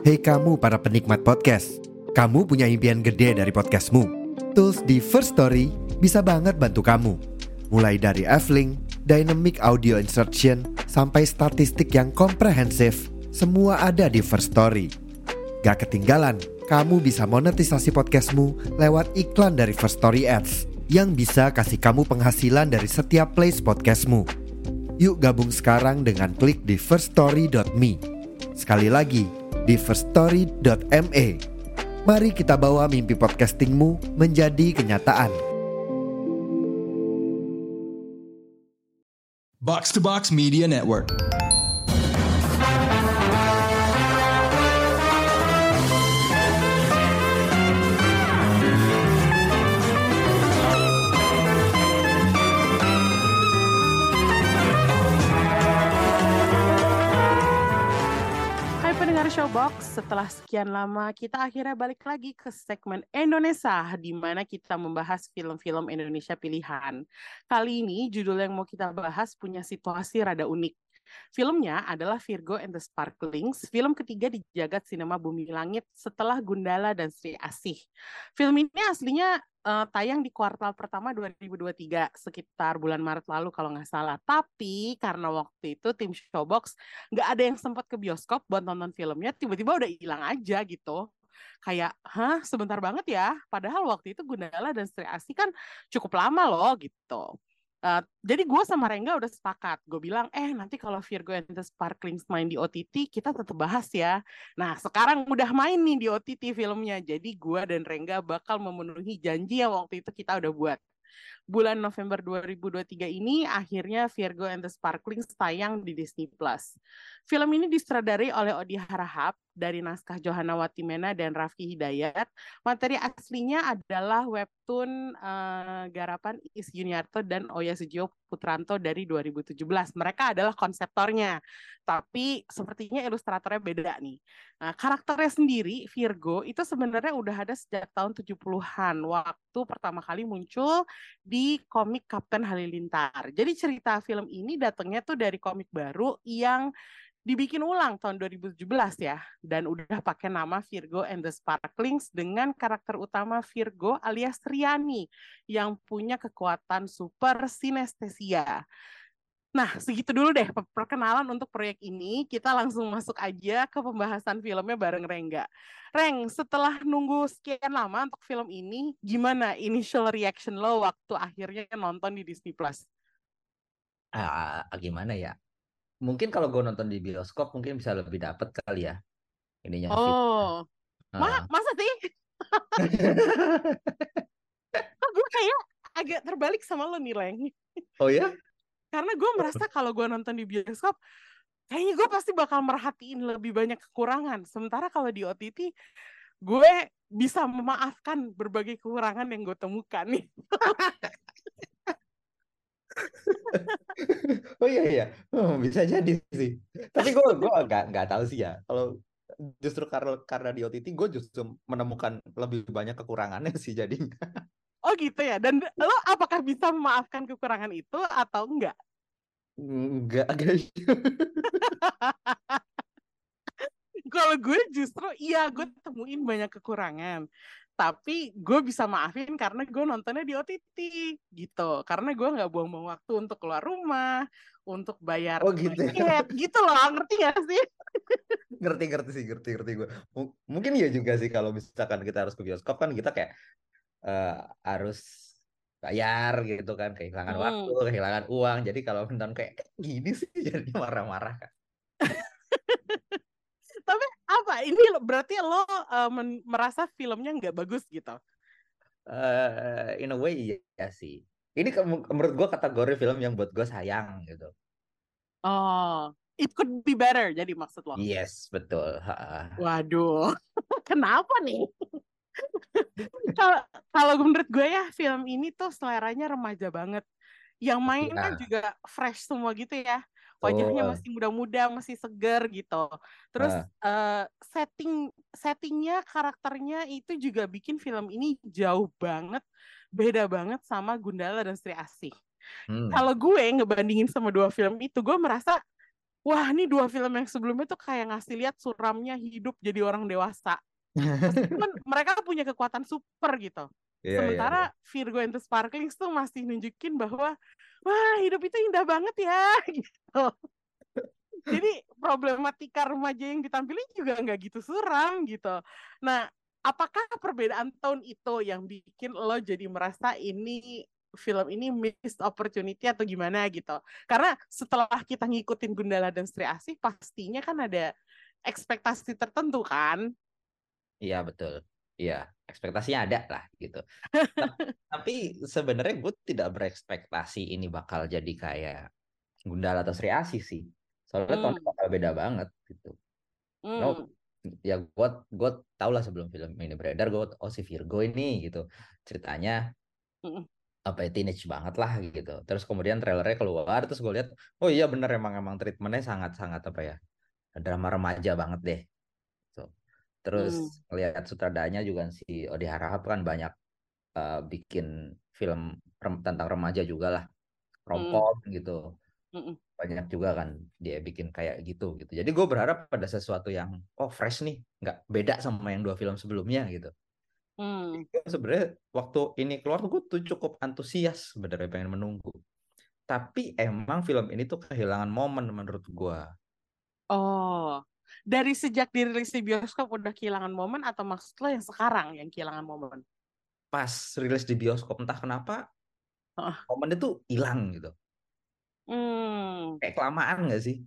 Hei kamu para penikmat podcast, kamu punya impian gede dari podcastmu? Tools di First Story bisa banget bantu kamu. Mulai dari F-Link, Dynamic Audio Insertion, sampai statistik yang komprehensif, semua ada di First Story. Gak ketinggalan, kamu bisa monetisasi podcastmu lewat iklan dari First Story Ads yang bisa kasih kamu penghasilan dari setiap plays podcastmu. Yuk gabung sekarang dengan klik di firststory.me. Sekali lagi, di firststory.me. Mari kita bawa mimpi podcastingmu menjadi kenyataan. Box to Box Media Network. Showbox, setelah sekian lama kita akhirnya balik lagi ke segmen Indonesia di mana kita membahas film-film Indonesia pilihan. Kali ini judul yang mau kita bahas punya situasi rada unik. Filmnya adalah Virgo and the Sparklings, film ketiga di jagat sinema Bumi Langit setelah Gundala dan Sri Asih. Film ini aslinya tayang di kuartal pertama 2023, sekitar bulan Maret lalu kalau nggak salah. Tapi karena waktu itu tim Showbox nggak ada yang sempat ke bioskop buat nonton filmnya, tiba-tiba udah hilang aja gitu. Kayak, sebentar banget ya. Padahal waktu itu Gundala dan Sri Asih kan cukup lama loh gitu. Jadi gue sama Rengga udah sepakat. Gue bilang, nanti kalau Virgo and the Sparklings main di OTT, kita tetap bahas ya. Nah, sekarang udah main nih di OTT filmnya. Jadi gue dan Rengga bakal memenuhi janji yang waktu itu kita udah buat. Bulan November 2023 ini, akhirnya Virgo and the Sparklings tayang di Disney+. Film ini disutradarai oleh Odi Harahap dari naskah Johanna Watimena dan Raffi Hidayat. Materi aslinya adalah webtoon garapan Is Yuniarto dan Oya Sujio Putranto dari 2017. Mereka adalah konseptornya, tapi sepertinya ilustratornya beda nih. Nah, karakternya sendiri, Virgo, itu sebenarnya udah ada sejak tahun 70-an, waktu pertama kali muncul di komik Kapten Halilintar. Jadi cerita film ini datangnya tuh dari komik baru yang dibikin ulang tahun 2017 ya, dan udah pakai nama Virgo and the Sparklings dengan karakter utama Virgo alias Riani yang punya kekuatan super sinestesia. Nah, segitu dulu deh perkenalan untuk proyek ini. Kita langsung masuk aja ke pembahasan filmnya bareng Rengga. Reng, setelah nunggu sekian lama untuk film ini, gimana initial reaction lo waktu akhirnya nonton di Disney+? Gimana ya? Mungkin kalau gue nonton di bioskop mungkin bisa lebih dapet kali ya ininya. Oh, masa sih? Gue kayak agak terbalik sama lo nih, Reng. Oh ya? Karena gue merasa kalau gue nonton di bioskop, kayaknya gue pasti bakal merhatiin lebih banyak kekurangan. Sementara kalau di OTT, gue bisa memaafkan berbagai kekurangan yang gue temukan nih. Oh iya, bisa jadi sih. Tapi gue nggak tahu sih ya. Kalau justru karena di OTT gue justru menemukan lebih banyak kekurangannya sih jadinya. Oh gitu ya. Dan lo apakah bisa memaafkan kekurangan itu atau enggak? Enggak, guys. Kalau gue justru gue temuin banyak kekurangan. Tapi gue bisa maafin karena gue nontonnya di OTT gitu. Karena gue nggak buang-buang waktu untuk keluar rumah, untuk bayar tiket gitu loh. Ngerti gak sih? Ngerti gue. Mungkin iya juga sih kalau misalkan kita harus ke bioskop kan kita kayak harus bayar gitu kan, kehilangan waktu, kehilangan uang. Jadi kalau nonton kayak gini sih jadinya marah-marah kan. Tapi apa? Ini berarti lo merasa filmnya nggak bagus gitu? In a way ya sih. Ini menurut gue kategori film yang buat gue sayang gitu. Oh, it could be better jadi maksud lo? Yes, betul. Waduh, kenapa nih? Kalau menurut gue ya film ini tuh seleranya remaja banget. Yang main kan juga fresh semua gitu ya. Wajahnya masih muda-muda, masih segar gitu. Terus settingnya, karakternya itu juga bikin film ini jauh banget, beda banget sama Gundala dan Sri Asih. Kalau gue ngebandingin sama dua film itu, gue merasa wah ini dua film yang sebelumnya tuh kayak ngasih lihat suramnya hidup jadi orang dewasa. Meskipun mereka punya kekuatan super gitu. Iya, iya, iya. Sementara Virgo and the Sparklings tuh masih nunjukin bahwa wah hidup itu indah banget ya gitu. Jadi problematika remaja yang ditampilin juga nggak gitu suram gitu. Nah, apakah perbedaan tahun itu yang bikin lo jadi merasa ini film ini missed opportunity atau gimana gitu? Karena setelah kita ngikutin Gundala dan Sri Asih, pastinya kan ada ekspektasi tertentu kan? Iya, betul. Iya, ekspektasinya ada lah gitu. Ta- Tapi sebenarnya gue tidak berekspektasi ini bakal jadi kayak Gundala atau Sri Asih sih. Soalnya tonnya Hmm, bakal beda banget gitu. No, hmm, ya gue tau lah sebelum film ini beredar, gue oh si Virgo ini gitu. Ceritanya hmm, apa ya, teenage banget lah gitu. Terus kemudian trailernya keluar, terus gue lihat, oh iya bener emang treatmentnya sangat-sangat apa ya, drama remaja banget deh. So, terus hmm, lihat sutradaranya juga si Odi Harahap kan banyak bikin film tentang remaja juga lah, hmm, romcom gitu. hmm, Banyak juga kan dia bikin kayak gitu gitu. Jadi gue berharap pada sesuatu yang oh fresh nih, nggak beda sama yang dua film sebelumnya gitu. hmm. Sebenarnya waktu ini keluar gue tuh cukup antusias sebenarnya pengen menunggu. Tapi emang film ini tuh kehilangan momen menurut gue. Oh, dari sejak dirilis di bioskop udah kehilangan momen atau maksud lo yang sekarang yang kehilangan momen? Pas rilis di bioskop entah kenapa Heeh. momennya tuh hilang gitu. Hmm, Kayak kelamaan nggak sih?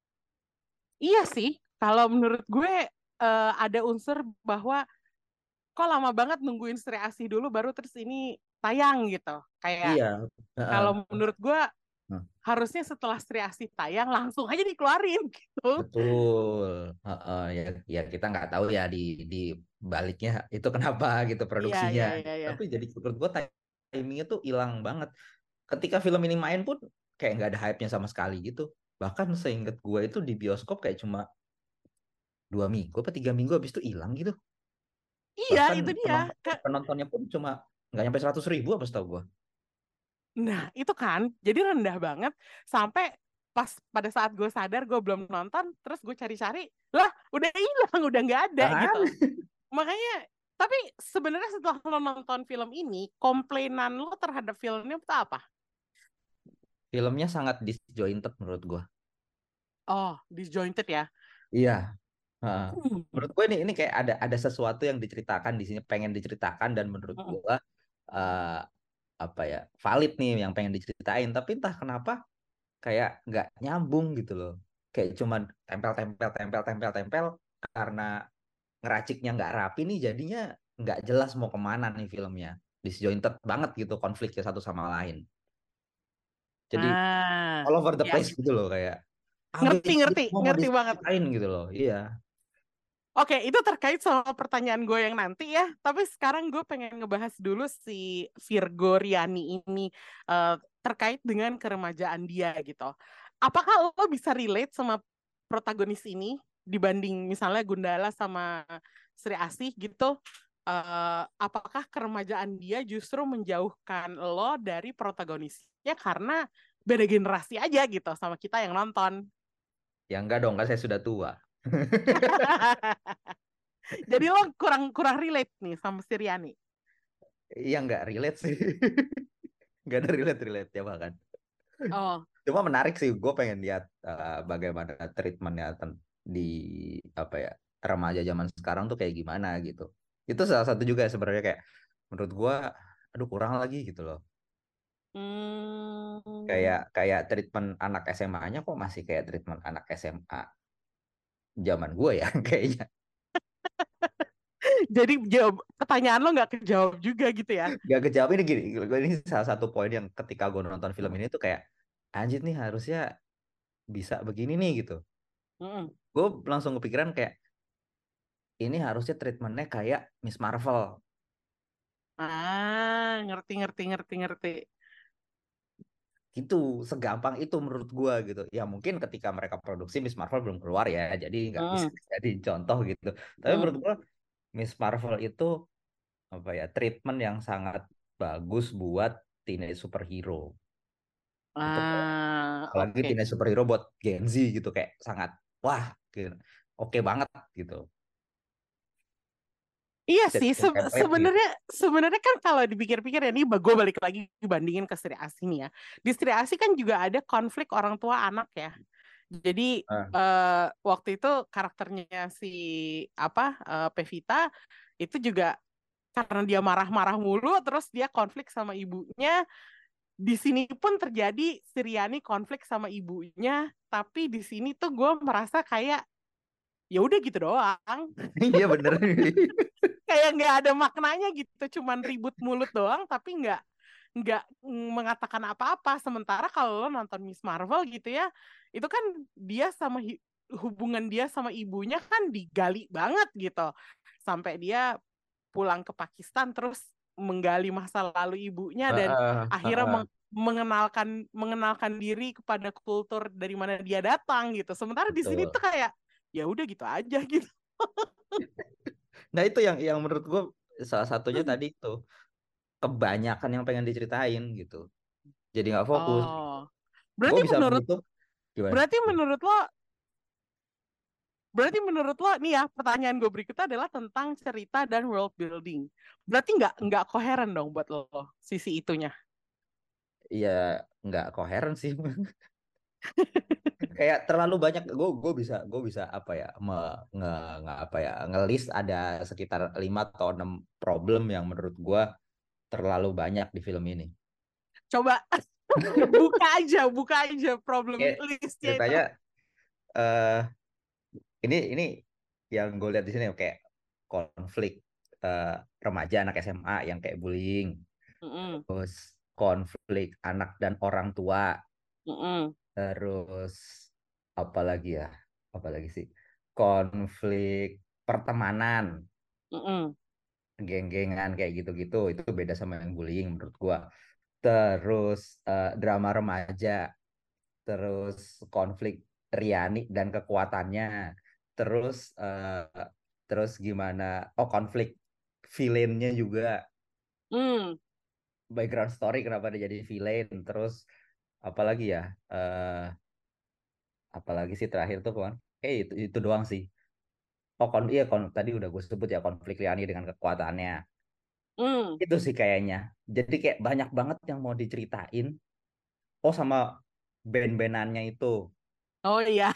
iya sih. Kalau menurut gue ada unsur bahwa kok lama banget nungguin Sri Asih dulu baru terus ini tayang gitu. Kayak Iya. Heeh. kalau menurut gue harusnya setelah Sri Asih tayang langsung aja dikeluarin gitu. Betul. Heeh, ya, ya kita nggak tahu ya di baliknya itu kenapa gitu Iya, produksinya. iya, iya, iya. Tapi jadi menurut gue timingnya tuh hilang banget. Ketika film ini main pun kayak nggak ada hype-nya sama sekali gitu. Bahkan seingat gue itu di bioskop kayak cuma 2 minggu apa 3 minggu habis itu hilang gitu. Iya, Bahkan itu dia. penontonnya pun cuma nggak nyampe 100.000 apa setahu gue. Nah, itu kan jadi rendah banget sampai pas pada saat gue sadar gue belum nonton, terus gue cari-cari, lah udah hilang, udah nggak ada Kan? gitu. Makanya, tapi sebenarnya setelah lo nonton film ini, komplainan lo terhadap filmnya itu apa? Filmnya sangat disjointed menurut gue. Oh, disjointed ya. Iya. Heeh. Hmm. Menurut gue ini kayak ada sesuatu yang diceritakan di sini pengen diceritakan dan menurut Hmm. gue eh, apa ya valid nih yang pengen diceritain tapi entah kenapa kayak nggak nyambung gitu loh. Kayak cuman tempel karena ngeraciknya nggak rapi nih jadinya nggak jelas mau kemana nih filmnya. Disjointed banget gitu konfliknya satu sama lain. Jadi Ah, all over the ya. place gitu loh kayak apa Ngerti, yang ngerti, mau ngerti banget. diceritain gitu loh. Iya. Oke, itu terkait sama pertanyaan gue yang nanti ya. Tapi sekarang gue pengen ngebahas dulu si Virgo Riani ini terkait dengan keremajaan dia gitu. Apakah lo bisa relate sama protagonis ini dibanding misalnya Gundala sama Sri Asih gitu? Apakah keremajaan dia justru menjauhkan lo dari protagonisnya karena beda generasi aja gitu sama kita yang nonton? Ya enggak dong, kan saya sudah tua. Jadi lo kurang kurang relate nih sama si Riani. Iya enggak relate sih. Enggak ada relate ya bahkan. Oh, Cuma menarik sih, gue pengen lihat bagaimana treatmentnya di apa ya remaja zaman sekarang tuh kayak gimana gitu. Itu salah satu juga sebenarnya kayak menurut gue, aduh kurang lagi gitu loh. hmm. Kayak kayak treatment anak SMA-nya kok masih kayak treatment anak SMA zaman gue ya kayaknya. Jadi jawab pertanyaan lo nggak kejawab juga gitu ya? Gak kejawab ini gini, ini salah satu poin yang ketika gue nonton film ini tuh kayak anjir nih harusnya bisa begini nih gitu. Mm-mm. Gue langsung kepikiran kayak ini harusnya treatmentnya kayak Miss Marvel Ah, ngerti, ngerti, ngerti, ngerti. gitu, segampang itu menurut gue gitu. Ya mungkin ketika mereka produksi Miss Marvel belum keluar ya, jadi nggak bisa Mm-mm. jadi contoh gitu. Tapi menurut Mm-mm. gue Miss Marvel itu apa ya treatment yang sangat bagus buat teenage superhero. Itu apalagi Oke. Teenage Superhero buat Gen Z gitu kayak sangat wah gitu. Oke banget gitu. Iya Jadi sih, template gitu. sebenarnya sebenarnya kan kalau dipikir-pikir ya, ini gue balik lagi dibandingin ke Sri Asih nih ya. Di Sri Asih kan juga ada konflik orang tua anak ya. Jadi Ah, waktu itu karakternya si Pevita itu juga karena dia marah-marah mulu, terus dia konflik sama ibunya. Di sini pun terjadi Siriani konflik sama ibunya, tapi di sini tuh gue merasa kayak ya udah gitu doang, iya bener. kayak nggak ada maknanya gitu, cuman ribut mulut doang, tapi nggak mengatakan apa-apa. Sementara kalau lo nonton Miss Marvel gitu ya, itu kan dia sama hubungan dia sama ibunya kan digali banget gitu, sampai dia pulang ke Pakistan terus menggali masa lalu ibunya dan Heeh, akhirnya heeh, mengenalkan mengenalkan diri kepada kultur dari mana dia datang gitu. Sementara di sini tuh betul. kayak ya udah gitu aja gitu. Nah itu yang menurut gue salah satunya tadi itu kebanyakan yang pengen diceritain gitu. Jadi nggak fokus. Oh. Gue Berarti bisa menurut menutup gimana? berarti menurut lo berarti menurut lo nih ya, pertanyaan gue berikutnya adalah tentang cerita dan world building. Berarti nggak koheren dong buat lo sisi itunya. Iya nggak koheren sih. Kayak terlalu banyak. Gue bisa apa ya apa ya ngelis ada sekitar 5 atau 6 problem yang menurut gue terlalu banyak di film ini. Coba buka aja problem Kayak listnya itu. ceritanya eh ini yang gue lihat di sini kayak konflik eh, remaja anak SMA yang kayak bullying, Mm-mm, terus konflik anak dan orang tua, mm-mm, terus apa lagi ya, apa lagi sih, konflik pertemanan, mm-mm, geng-gengan kayak gitu-gitu itu beda sama yang bullying menurut gua. Terus drama remaja, terus konflik Riani dan kekuatannya, terus gimana, oh konflik villainnya juga, mm. background story kenapa dia jadi villain, terus apalagi ya, eh apalagi sih terakhir tuh kan, itu doang sih. Oh iya tadi udah gue sebut ya konflik Riani dengan kekuatannya, Mm. itu sih kayaknya. Jadi kayak banyak banget yang mau diceritain. Oh sama band-bandannya itu Oh iya.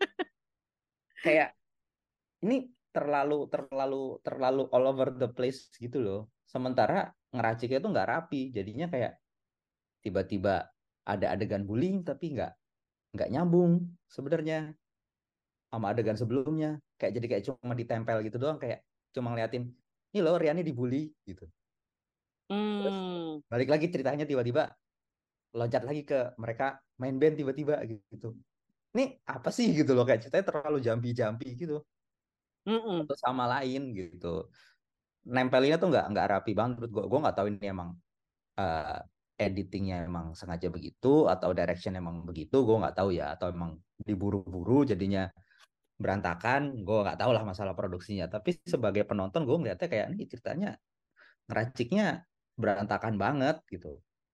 kayak ini terlalu terlalu terlalu all over the place gitu loh. Sementara ngeraciknya tuh nggak rapi, jadinya kayak tiba-tiba ada adegan bullying tapi nggak nyambung sebenarnya sama adegan sebelumnya. Kayak cuma ditempel gitu doang, kayak cuma ngeliatin ini loh Riani dibully gitu. Terus Mm. balik lagi ceritanya tiba-tiba loncat lagi ke mereka main band tiba-tiba gitu. Ini apa sih gitu loh, kayak ceritanya terlalu jampi-jampi gitu. Mm-mm. Satu sama lain gitu. Nempelinnya tuh nggak rapi banget menurut gue. Gue nggak tahu ini emang eh, editingnya emang sengaja begitu atau direction emang begitu. Gue nggak tahu ya. Atau emang diburu-buru jadinya berantakan. Gue nggak tahu lah masalah produksinya. Tapi sebagai penonton gue ngeliatnya kayak nih ceritanya ngeraciknya berantakan banget gitu.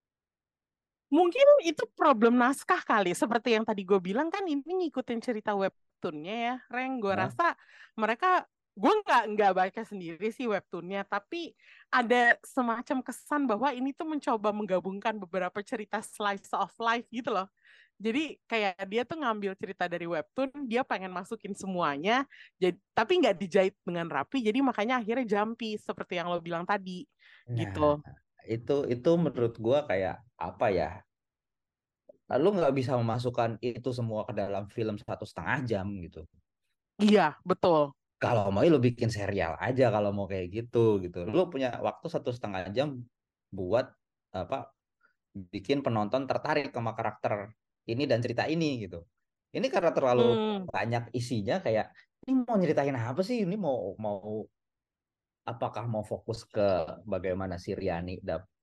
Mungkin itu problem naskah kali. Seperti yang tadi gue bilang kan ini ngikutin cerita webtoonnya ya, Reng. Gue Hah? rasa mereka, gue nggak baca sendiri sih webtoonnya, tapi ada semacam kesan bahwa ini tuh mencoba menggabungkan beberapa cerita slice of life gitu loh. Jadi kayak dia tuh ngambil cerita dari webtoon, dia pengen masukin semuanya, jadi, tapi nggak dijahit dengan rapi, jadi makanya akhirnya jumpy seperti yang lo bilang tadi, Nah, gitu. itu menurut gua kayak apa ya? Lu nggak bisa memasukkan itu semua ke dalam film 1,5 jam gitu. Iya, betul. Kalau mau lu bikin serial aja kalau mau kayak gitu gitu. Lu punya waktu 1,5 jam buat apa bikin penonton tertarik sama karakter ini dan cerita ini gitu. Ini karena terlalu Hmm. banyak isinya kayak ini mau nyeritain apa sih? Ini mau mau apakah mau fokus ke bagaimana si Riani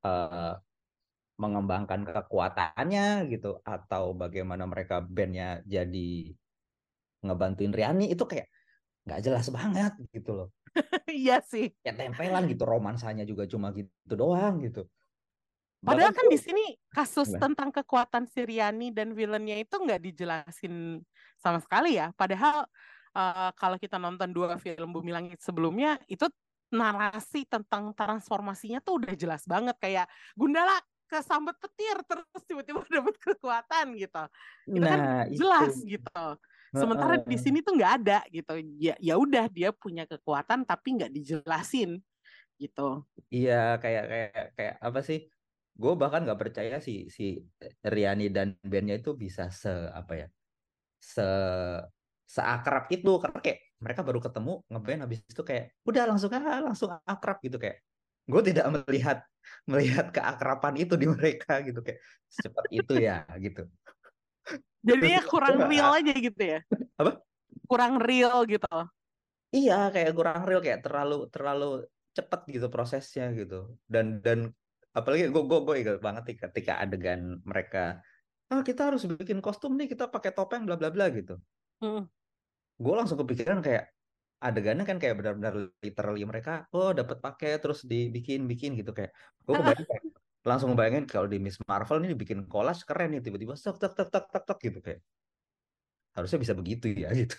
mengembangkan kekuatannya gitu atau bagaimana mereka bandnya jadi ngebantuin Riani, itu kayak nggak jelas banget gitu loh. Iya sih. Ya tempelan gitu, romansanya juga cuma gitu doang gitu. Padahal Bahkan kan di sini kasus gimana? tentang kekuatan si Riani dan villainnya itu nggak dijelasin sama sekali ya. Padahal kalau kita nonton 2 film Bumi Langit sebelumnya, itu narasi tentang transformasinya tuh udah jelas banget. Kayak Gundala kesambet petir terus tiba-tiba dapat kekuatan gitu. Itu kan Nah, itu. jelas gitu. Sementara di Heeh. sini tuh nggak ada gitu. Ya ya udah dia punya kekuatan tapi nggak dijelasin gitu. Iya, kayak kayak kayak apa sih? Gue bahkan nggak percaya si si Riani dan bandnya itu bisa apa ya, se seakrab itu, karena kayak mereka baru ketemu ngeband, habis itu kayak udah langsung akrab gitu, kayak gue tidak melihat melihat keakraban itu di mereka gitu, kayak secepat itu ya gitu. Terus Jadinya gue kurang real aja gitu ya. apa? Kurang real gitu. Iya, kayak kurang real, kayak terlalu terlalu cepet gitu prosesnya gitu. Dan apalagi gue ingat banget nih ketika adegan mereka, kita harus bikin kostum nih, kita pakai topeng bla bla bla gitu. Mm. Gue langsung kepikiran kayak adegannya kan kayak benar-benar literally mereka dapat pakai terus dibikin bikin gitu, kayak gue kebayang kayak langsung ngebayangin kalau di Miss Marvel ini dibikin collage keren nih, tiba-tiba tek tek tek tek tek tek gitu, kayak harusnya bisa begitu ya gitu.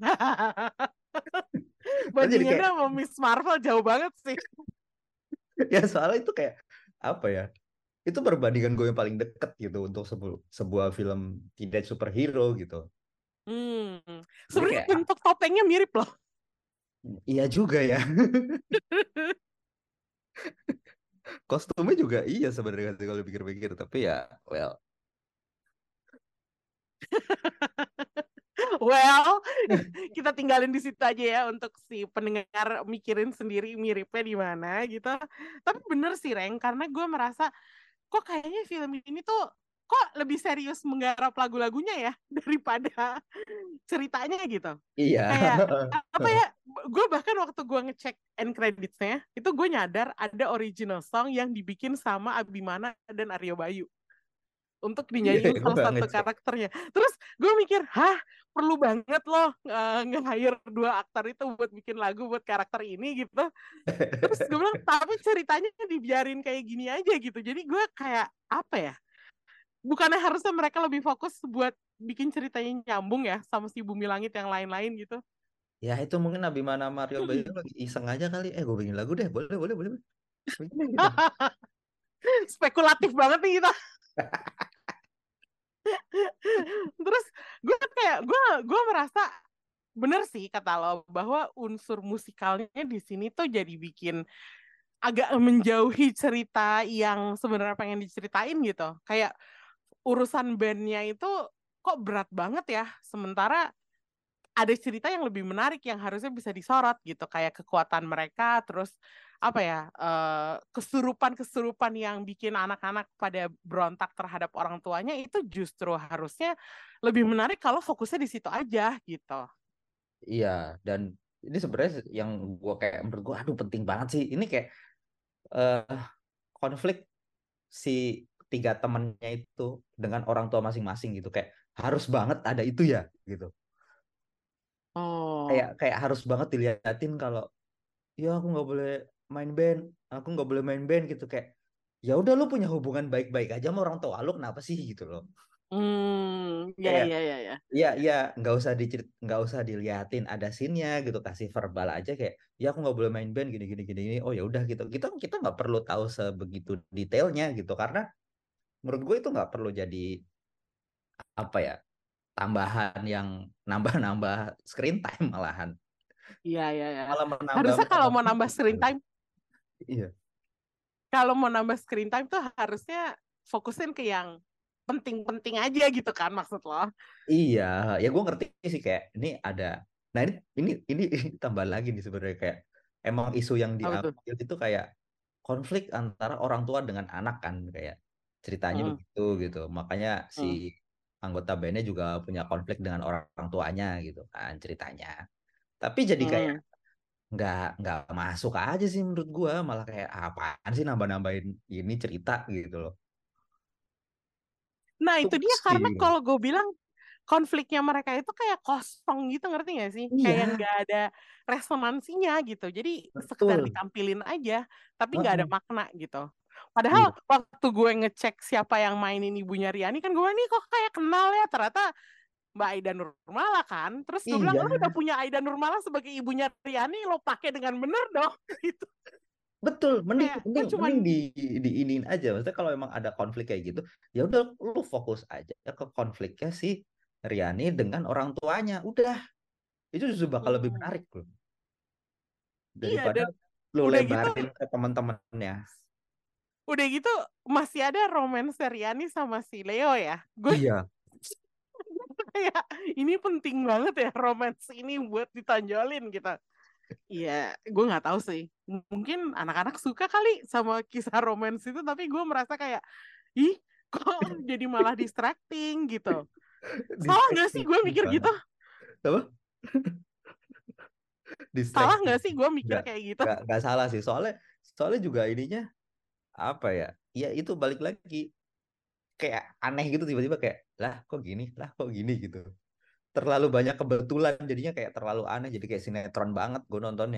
Kan jadi kayak Bandingannya sama Miss Marvel jauh banget sih. ya soalnya itu kayak apa ya, itu perbandingan gue yang paling deket gitu untuk sebuah film tidak superhero gitu. Hmm. Jadi Sebenarnya kayak bentuk topengnya mirip loh. iya juga ya. Kostumnya juga iya sebenarnya sih kalau pikir-pikir, tapi ya well. Well, kita tinggalin di situ aja ya untuk si pendengar mikirin sendiri miripnya di mana gitu. Tapi bener sih, Reng, karena gue merasa kok kayaknya film ini tuh kok lebih serius menggarap lagu-lagunya ya daripada ceritanya gitu. Iya. Kayak apa ya? Gue bahkan waktu gue ngecek end credits-nya, itu gue nyadar ada original song yang dibikin sama Abimana dan Aryo Bayu untuk Iya, dinyanyiin gue salah gak satu ngecek. karakternya. Terus gue mikir, hah, perlu banget loh nge-hire 2 aktor itu buat bikin lagu buat karakter ini gitu. Terus gue bilang, tapi ceritanya dibiarin kayak gini aja gitu. Jadi gue kayak, apa ya, bukannya harusnya mereka lebih fokus buat bikin ceritanya nyambung ya sama si Bumi Langit yang lain-lain gitu. Ya itu mungkin Abimana Mario Bayu lagi iseng aja kali. Gue bikin lagu deh, boleh boleh boleh. Bikin gitu. Spekulatif banget nih kita. Terus gue kayak gue merasa bener sih kata lo bahwa unsur musikalnya di sini tuh jadi bikin agak menjauhi cerita yang sebenarnya pengen diceritain gitu. Kayak urusan bandnya itu kok berat banget ya. Sementara ada cerita yang lebih menarik yang harusnya bisa disorot gitu. Kayak kekuatan mereka, terus apa ya, kesurupan-kesurupan yang bikin anak-anak pada berontak terhadap orang tuanya itu justru harusnya lebih menarik kalau fokusnya di situ aja gitu. Iya, dan ini sebenarnya yang gue kayak menurut gue aduh penting banget sih. Ini kayak eh, konflik si 3 temennya itu dengan orang tua masing-masing gitu, kayak harus banget ada itu ya gitu. Kayak Oh. kayak harus banget diliatin kalau ya aku nggak boleh main band, aku nggak boleh main band gitu, kayak ya udah lu punya hubungan baik-baik aja sama orang tua lu, kenapa sih gitu loh. Ya, Kayak ya, ya, ya. iya iya, nggak usah diliatin ada scene-nya gitu, kasih verbal aja kayak ya aku nggak boleh main band gini gini gini gini. Oh ya udah gitu, kita kita nggak perlu tahu sebegitu detailnya gitu, karena menurut gue itu nggak perlu jadi apa ya, tambahan yang nambah-nambah screen time malahan, Iya, ya, ya. malah menambah Harusnya kalau mau nambah screen gitu. time, Iya. tuh harusnya fokusin ke yang penting-penting aja gitu kan maksud lo. Iya, ya gue ngerti sih kayak ini ada. Nah ini tambah lagi nih sebenarnya, kayak emang isu yang Apa tuh? diambil itu kayak konflik antara orang tua dengan anak kan, kayak ceritanya Heeh. begitu gitu. Makanya si Heeh. anggota bandnya juga punya konflik dengan orang tuanya gitu kan ceritanya. Tapi jadi kayak Heeh. nggak masuk aja sih menurut gue, malah kayak apaan sih nambah-nambahin ini cerita gitu loh. Nah, Itu itu dia mesti karena gitu. kalau gue bilang konfliknya mereka itu kayak kosong gitu, ngerti gak sih? Kayak Iya, nggak ada resonansinya gitu. Jadi sekedar betul. ditampilin aja, tapi nggak ada Heeh. makna gitu. Padahal waktu gue ngecek siapa yang mainin ibunya Riani kan gue nih kok kayak kenal ya, ternyata Mbak Aida Nurmala kan. Terus gue bilang, Iya, lo udah punya Aida Nurmala sebagai ibunya Riani, lo pakai dengan bener dong. Gitu. betul. Mending Kayak mending kan cuman mending di iniin aja. Maksudnya kalau emang ada konflik kayak gitu, ya udah lu fokus aja ke konfliknya si Riani dengan orang tuanya. Udah, itu justru bakal lebih hmm, menarik loh iya, daripada dan lu udah gitu lebarin ke teman-temannya. udah gitu masih ada romance Riani sama si Leo ya. Gue Iya. kayak ini penting banget ya romance ini buat ditonjolin gitu. Iya, gue nggak tahu sih. Mungkin anak-anak suka kali sama kisah romance itu, tapi gue merasa kayak, ih, kok jadi malah distracting gitu. Salah nggak sih Distracting gue mikir gitu? banget. Apa? Salah Distracting. nggak sih gue mikir Nggak, kayak gitu? nggak salah sih. Soalnya juga ininya apa ya? Ya itu balik lagi kayak aneh gitu tiba-tiba kayak lah kok gini gitu. Terlalu banyak kebetulan jadinya kayak terlalu aneh jadi kayak sinetron banget gue nontonnya.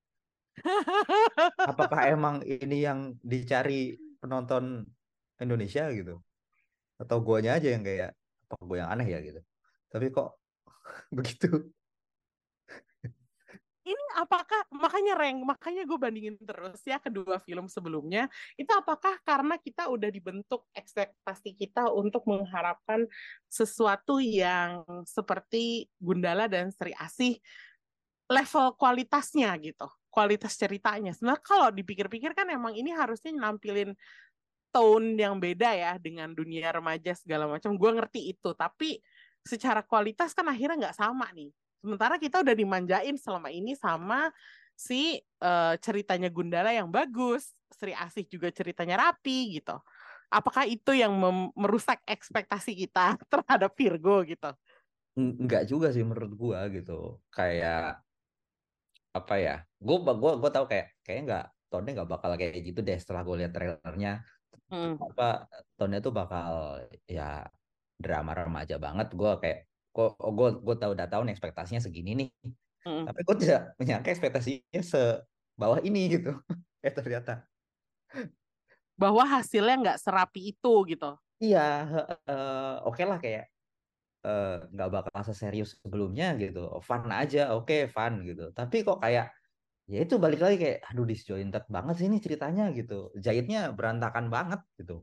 Apakah emang ini yang dicari penonton Indonesia gitu? Atau guanya aja yang kayak apa gue yang aneh ya gitu. Tapi kok begitu? Ini apakah, makanya gue bandingin terus ya kedua film sebelumnya, itu apakah karena kita udah dibentuk ekspektasi kita untuk mengharapkan sesuatu yang seperti Gundala dan Sri Asih, level kualitasnya gitu, kualitas ceritanya. Sebenarnya kalau dipikir-pikir kan emang ini harusnya nampilin tone yang beda ya dengan dunia remaja segala macam. Gue ngerti itu, tapi secara kualitas kan akhirnya nggak sama nih. Sementara kita udah dimanjain selama ini sama si ceritanya Gundala yang bagus, Sri Asih juga ceritanya rapi gitu. Apakah itu yang merusak ekspektasi kita terhadap Virgo gitu? Enggak juga sih menurut gua gitu. Kayak apa ya? Gua tahu kayaknya nggak tonnya nggak bakal kayak gitu deh setelah gue lihat trailernya. Hmm. Apa tonnya tuh bakal ya drama remaja banget. Gue kayak gue tahu udah tahu nih ekspektasinya segini nih. Hmm. Tapi gue tidak menyangka ekspektasinya sebawah ini gitu. Ternyata. Bahwa hasilnya nggak serapi itu gitu. Iya, oke lah kayak nggak bakal seserius sebelumnya gitu. Fun aja, oke fun gitu. Tapi kok kayak ya itu balik lagi kayak aduh disjointed banget sih ini ceritanya gitu. Jahitnya berantakan banget gitu.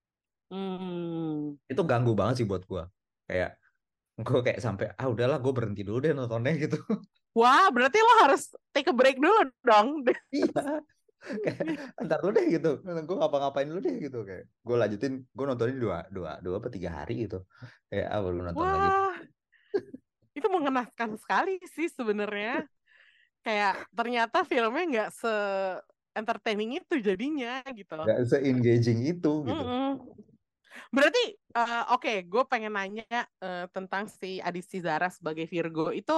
Hmm. Itu ganggu banget sih buat gue. Kayak gue kayak sampai udahlah gue berhenti dulu deh nontonnya gitu. Wah, berarti lo harus take a break dulu dong. Iya, kayak ntar lu deh gitu. Gue ngapa-ngapain lu deh gitu kayak. Gue lanjutin, gue nontonin dua apa 3 hari gitu. Kayak baru nonton lagi. Wah, itu mengenaskan sekali sih sebenarnya. Kayak ternyata filmnya nggak se entertaining itu jadinya gitu. Gak se-engaging itu gitu. Mm-mm. Berarti oke, gue pengen nanya tentang si Adisti Zara sebagai Virgo itu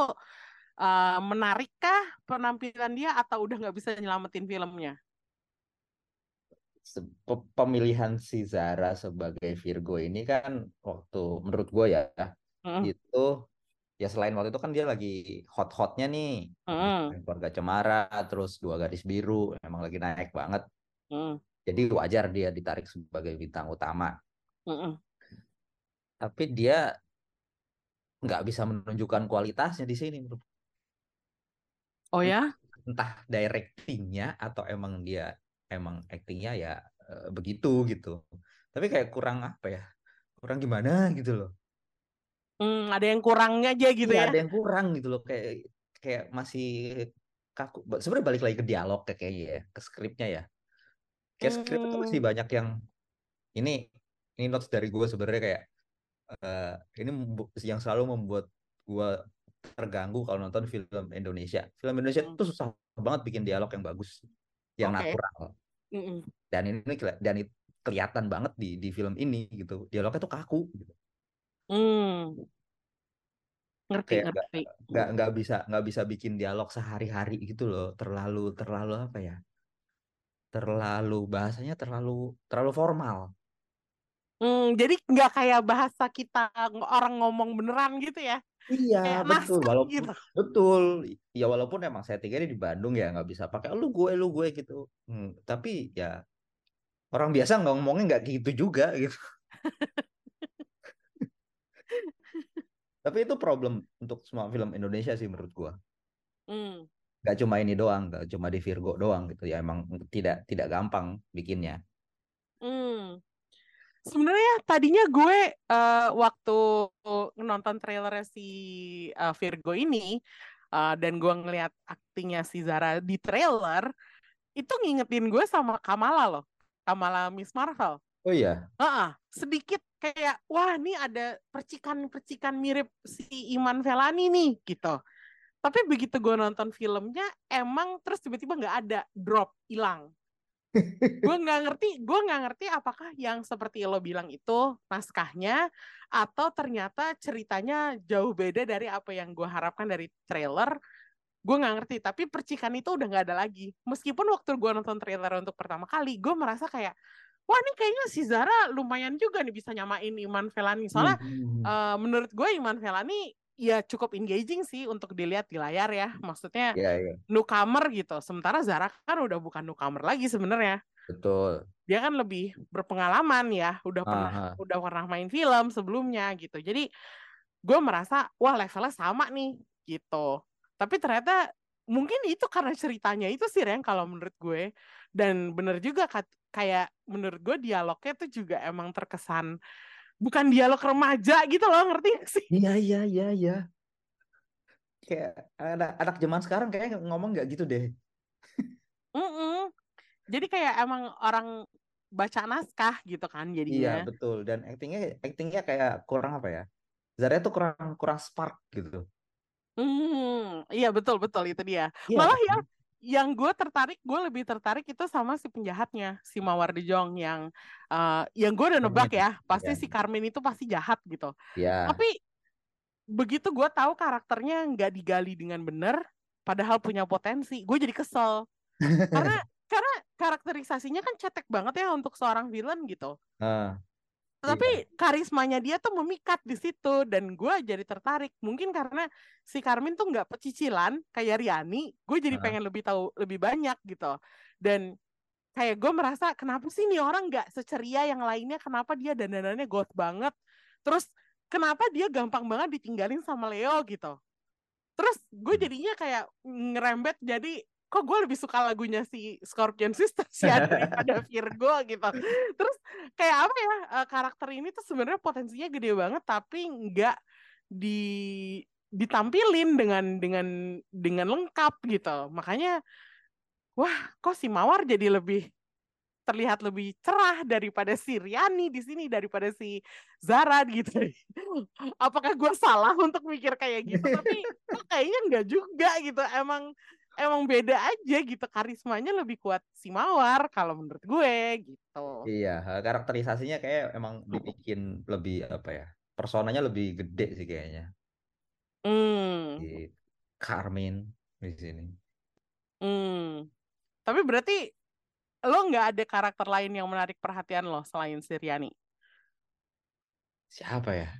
menarikkah penampilan dia atau udah nggak bisa nyelamatin filmnya? Pemilihan si Zara sebagai Virgo ini kan waktu menurut gue ya Mm-mm. itu ya selain waktu itu kan dia lagi hot-hotnya nih habis Mm-mm. main Keluarga Cemara terus Dua Gadis Biru emang lagi naik banget Mm-mm. jadi wajar dia ditarik sebagai bintang utama Mm-mm. tapi dia nggak bisa menunjukkan kualitasnya di sini menurut Oh ya? entah directingnya atau emang dia emang actingnya ya begitu gitu tapi kayak kurang apa ya kurang gimana gitu loh Ada yang kurangnya aja gitu iya ya? ada yang kurang gitu loh kayak kayak masih kaku sebenarnya balik lagi ke dialog kayaknya ya ke skripnya ya kayak skrip itu masih Hmm. banyak yang ini ini notes dari gue sebenarnya kayak eh, ini yang selalu membuat gue terganggu kalau nonton film Indonesia. Film Indonesia Hmm. itu susah banget bikin dialog yang bagus, yang Oke. natural. Mm-mm. Dan ini kelihatan banget di film ini gitu. Dialognya tuh kaku gitu. Hmm. Ngerti, Kayak ngerti. nggak bisa bikin dialog sehari-hari gitu loh. Terlalu terlalu apa ya? Terlalu bahasanya terlalu terlalu formal. Jadi nggak kayak bahasa kita orang ngomong beneran gitu ya? Iya Kayak betul naskah walaupun gitu. betul ya walaupun emang settingnya di Bandung ya nggak bisa pakai lu gue gitu tapi ya Orang biasa ngomongnya nggak gitu juga gitu. Tapi itu problem untuk semua film Indonesia sih menurut gua. Hmm. Nggak cuma ini doang, nggak cuma di Virgo doang gitu ya. Emang tidak gampang bikinnya. Hmm. Sebenarnya tadinya gue waktu nonton trailernya si Virgo ini dan gue ngelihat aktingnya si Zara di trailer itu ngingetin gue sama Kamala loh, Kamala Miss Marvel. Oh iya. Sedikit kayak wah ini ada percikan-percikan mirip si Iman Vellani nih gitu. Tapi begitu gue nonton filmnya emang terus tiba-tiba nggak ada, drop, hilang. Gue nggak ngerti apakah yang seperti lo bilang itu naskahnya atau ternyata ceritanya jauh beda dari apa yang gue harapkan dari trailer. Gue nggak ngerti, tapi percikan itu udah nggak ada lagi. Meskipun waktu gue nonton trailer untuk pertama kali, gue merasa kayak wah ini kayaknya si Zara lumayan juga nih bisa nyamain Iman Vellani. Soalnya menurut gue Iman Vellani ya cukup engaging sih untuk dilihat di layar ya. Maksudnya Iya, iya. newcomer gitu. Sementara Zara kan udah bukan newcomer lagi sebenarnya. Betul. Dia kan lebih berpengalaman ya, udah Aha. pernah main film sebelumnya gitu. Jadi gue merasa wah levelnya sama nih gitu. Tapi ternyata mungkin itu karena ceritanya itu sih Ren kalau menurut gue. Dan bener juga kayak menurut gue dialognya tuh juga emang terkesan bukan dialog remaja gitu loh, ngerti gak sih? Iya, iya, iya, iya. Kayak anak zaman sekarang kayak ngomong nggak gitu deh. Mm-mm. Jadi kayak emang orang baca naskah gitu kan Iya, jadinya. betul. Dan actingnya kayak kurang apa ya? Zara tuh kurang kurang spark gitu. Iya betul betul itu dia. Iya Malah kan? gue lebih tertarik itu sama si penjahatnya, si Mawar De Jong yang gue udah nebak Carmen. ya, pasti Iya. si Carmen itu pasti jahat gitu. Iya. Tapi begitu gue tahu karakternya nggak digali dengan benar, padahal punya potensi, gue jadi kesel. Karena karena karakterisasinya kan cetek banget ya untuk seorang villain gitu. Ah, iya. Tapi karismanya dia tuh memikat di situ dan gue jadi tertarik. Mungkin karena si Karmin tuh nggak pecicilan kayak Riani, gue jadi Ah. pengen lebih tahu lebih banyak gitu. Dan kayak gue merasa kenapa sih nih orang nggak seceria yang lainnya? Kenapa dia dandanannya goth banget? Terus kenapa dia gampang banget ditinggalin sama Leo gitu? Terus gue jadinya kayak ngerembet jadi kok gue lebih suka lagunya si Scorpion Sisters ya daripada Virgo gitu. Terus kayak apa ya karakter ini tuh sebenarnya potensinya gede banget tapi nggak di ditampilin dengan lengkap gitu. Makanya wah kok si Mawar jadi terlihat lebih cerah daripada si Riani di sini daripada si Zara gitu. Apakah gue salah untuk mikir kayak gitu? Tapi kok kayaknya enggak juga gitu. Emang beda aja gitu. Karismanya lebih kuat si Mawar kalau menurut gue gitu. Iya, karakterisasinya kayak emang dibikin lebih apa ya? Personanya lebih gede sih kayaknya Hmm, di Carmen di sini. hmm. Tapi berarti lo nggak ada karakter lain yang menarik perhatian lo selain si Riani? Siapa ya?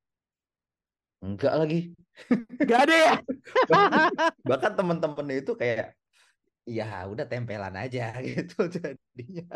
Enggak lagi. Gak ada ya? Bahkan temen-temennya itu kayak ya udah tempelan aja gitu jadinya.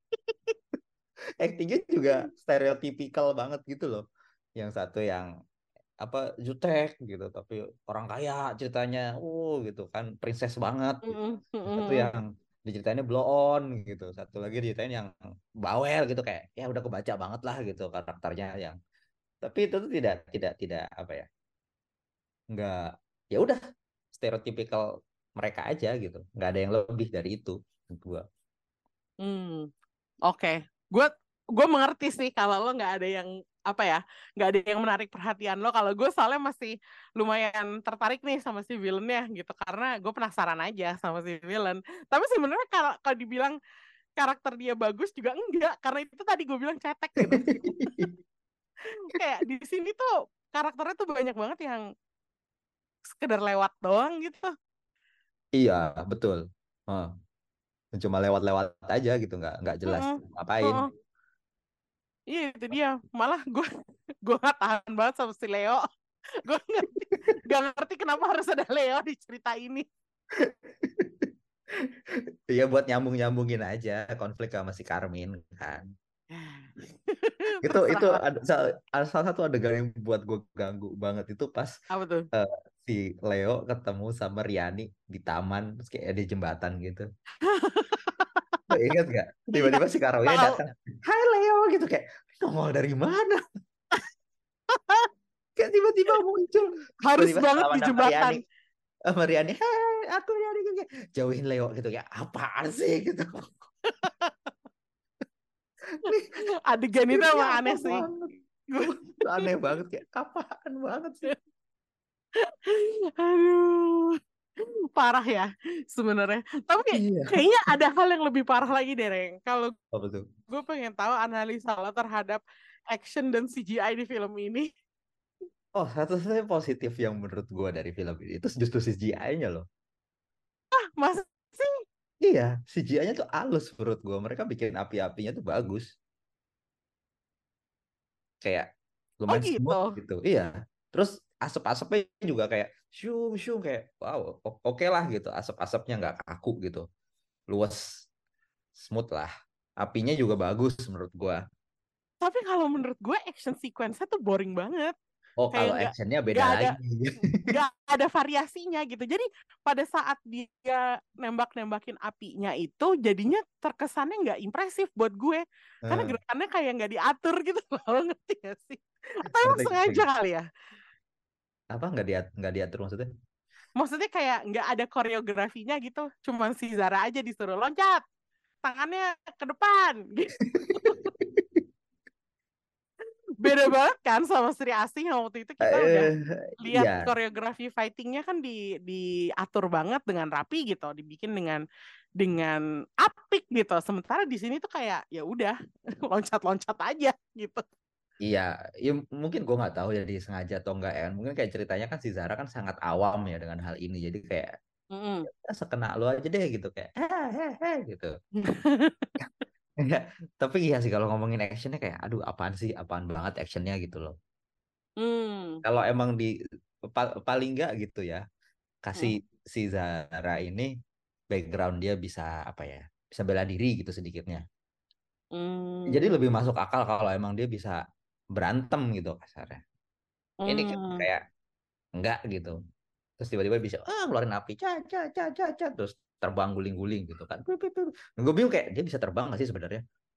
Actingnya juga stereotypical banget gitu loh. Yang satu yang apa jutek gitu tapi orang kaya ceritanya gitu kan princess banget gitu. Mm, mm, Satu mm, yang diceritainnya blow on gitu, satu lagi diceritain yang bawel gitu kayak ya udah kebaca banget lah gitu karakternya yang tapi itu tuh tidak apa ya nggak ya udah stereotypical mereka aja gitu nggak ada yang lebih dari itu menurut gua. mm. Oke, gue mengerti sih kalau lo nggak ada yang apa ya, nggak ada yang menarik perhatian lo. Kalau gue soalnya masih lumayan tertarik nih sama si villainnya gitu, karena gue penasaran aja sama si villain. Tapi sebenarnya kalau dibilang karakter dia bagus juga enggak, karena itu tadi gue bilang cetek gitu. Kayak di sini tuh karakternya tuh banyak banget yang sekedar lewat doang gitu. Iya betul. Heeh. Cuma lewat-lewat aja gitu nggak jelas Mm-mm. ngapain. Mm-mm. Iya itu dia. Malah gue gak tahan banget sama si Leo. Gue gak ngerti kenapa harus ada Leo di cerita ini. Iya buat nyambungin aja konflik sama si Karmin kan. Itu Terserah lah. salah satu adegan yang buat gue ganggu banget itu pas Apa tuh? eh, si Leo ketemu sama Riani di taman terus kayak di jembatan gitu. Lo ingat gak? Iya, Tiba-tiba si Karoya tahu. datang. Hai Leo gitu kayak nongol dari mana? Kayak tiba-tiba muncul. Harus Tiba-tiba banget salaman di sama Riani. jembatan. Sama Riani, hei aku Riani kayak jauhin Leo gitu kayak apaan sih gitu. Nih, Adegan itu skripnya emang apa aneh sih. banget. Itu aneh banget kayak apaan banget sih. Aduh, parah ya sebenarnya. Tapi Iya. kayaknya ada hal yang lebih parah lagi deh, Reng. Kalau Apa tuh? gue pengen tahu analisa lo terhadap action dan CGI di film ini. Oh, satu-satunya positif yang menurut gue dari film ini itu justru CGI-nya loh. Masa sih? Iya, CGI-nya tuh halus menurut gue. Mereka bikin api-apinya tuh bagus. Kayak Oh lumayan gitu. smooth gitu. Iya. Terus asap-asapnya juga kayak syum syum kayak wow, oke lah gitu. Asap-asapnya nggak kaku gitu. Luas, smooth lah. Apinya juga bagus menurut gue. Tapi kalau menurut gue action sequence-nya tuh boring banget. Oh, Kayak kalau actionnya beda nggak ada lagi. nggak ada variasinya gitu. Jadi pada saat dia nembak-nembakin apinya itu jadinya terkesannya nggak impresif buat gue. Karena Eh, gerakannya kayak nggak diatur gitu. Lo ngerti gak sih? Atau emang ngerti, sengaja ngerti. kali ya? Apa nggak diatur maksudnya? Maksudnya kayak nggak ada koreografinya gitu. Cuman si Zara aja disuruh loncat. Tangannya ke depan. Beda banget kan sama Sri Asih yang waktu itu kita udah Eh, lihat iya, koreografi fightingnya kan diatur banget dengan rapi gitu, dibikin dengan apik gitu. Sementara di sini tuh kayak ya udah loncat-loncat aja gitu. iya, ya, mungkin gue nggak tahu ya disengaja atau enggak ya. Mungkin kayak ceritanya kan si Zara kan sangat awam ya dengan hal ini. Jadi kayak Mm-mm. sekena lu aja deh gitu kayak gitu. Enggak, tapi iya sih kalau ngomongin actionnya kayak aduh apaan sih, apaan banget actionnya gitu loh. Hmm. Kalau emang paling enggak gitu ya, kasih Hmm. si Zara ini background dia bisa apa ya, bisa bela diri gitu sedikitnya. Jadi lebih Hmm. masuk akal kalau emang dia bisa berantem gitu kasarnya. Ini kan Hmm. kayak enggak gitu. Terus tiba-tiba bisa ngeluarin api, terus terbang guling-guling gitu kan. Gue bingung kayak dia bisa terbang nggak sih sebenarnya?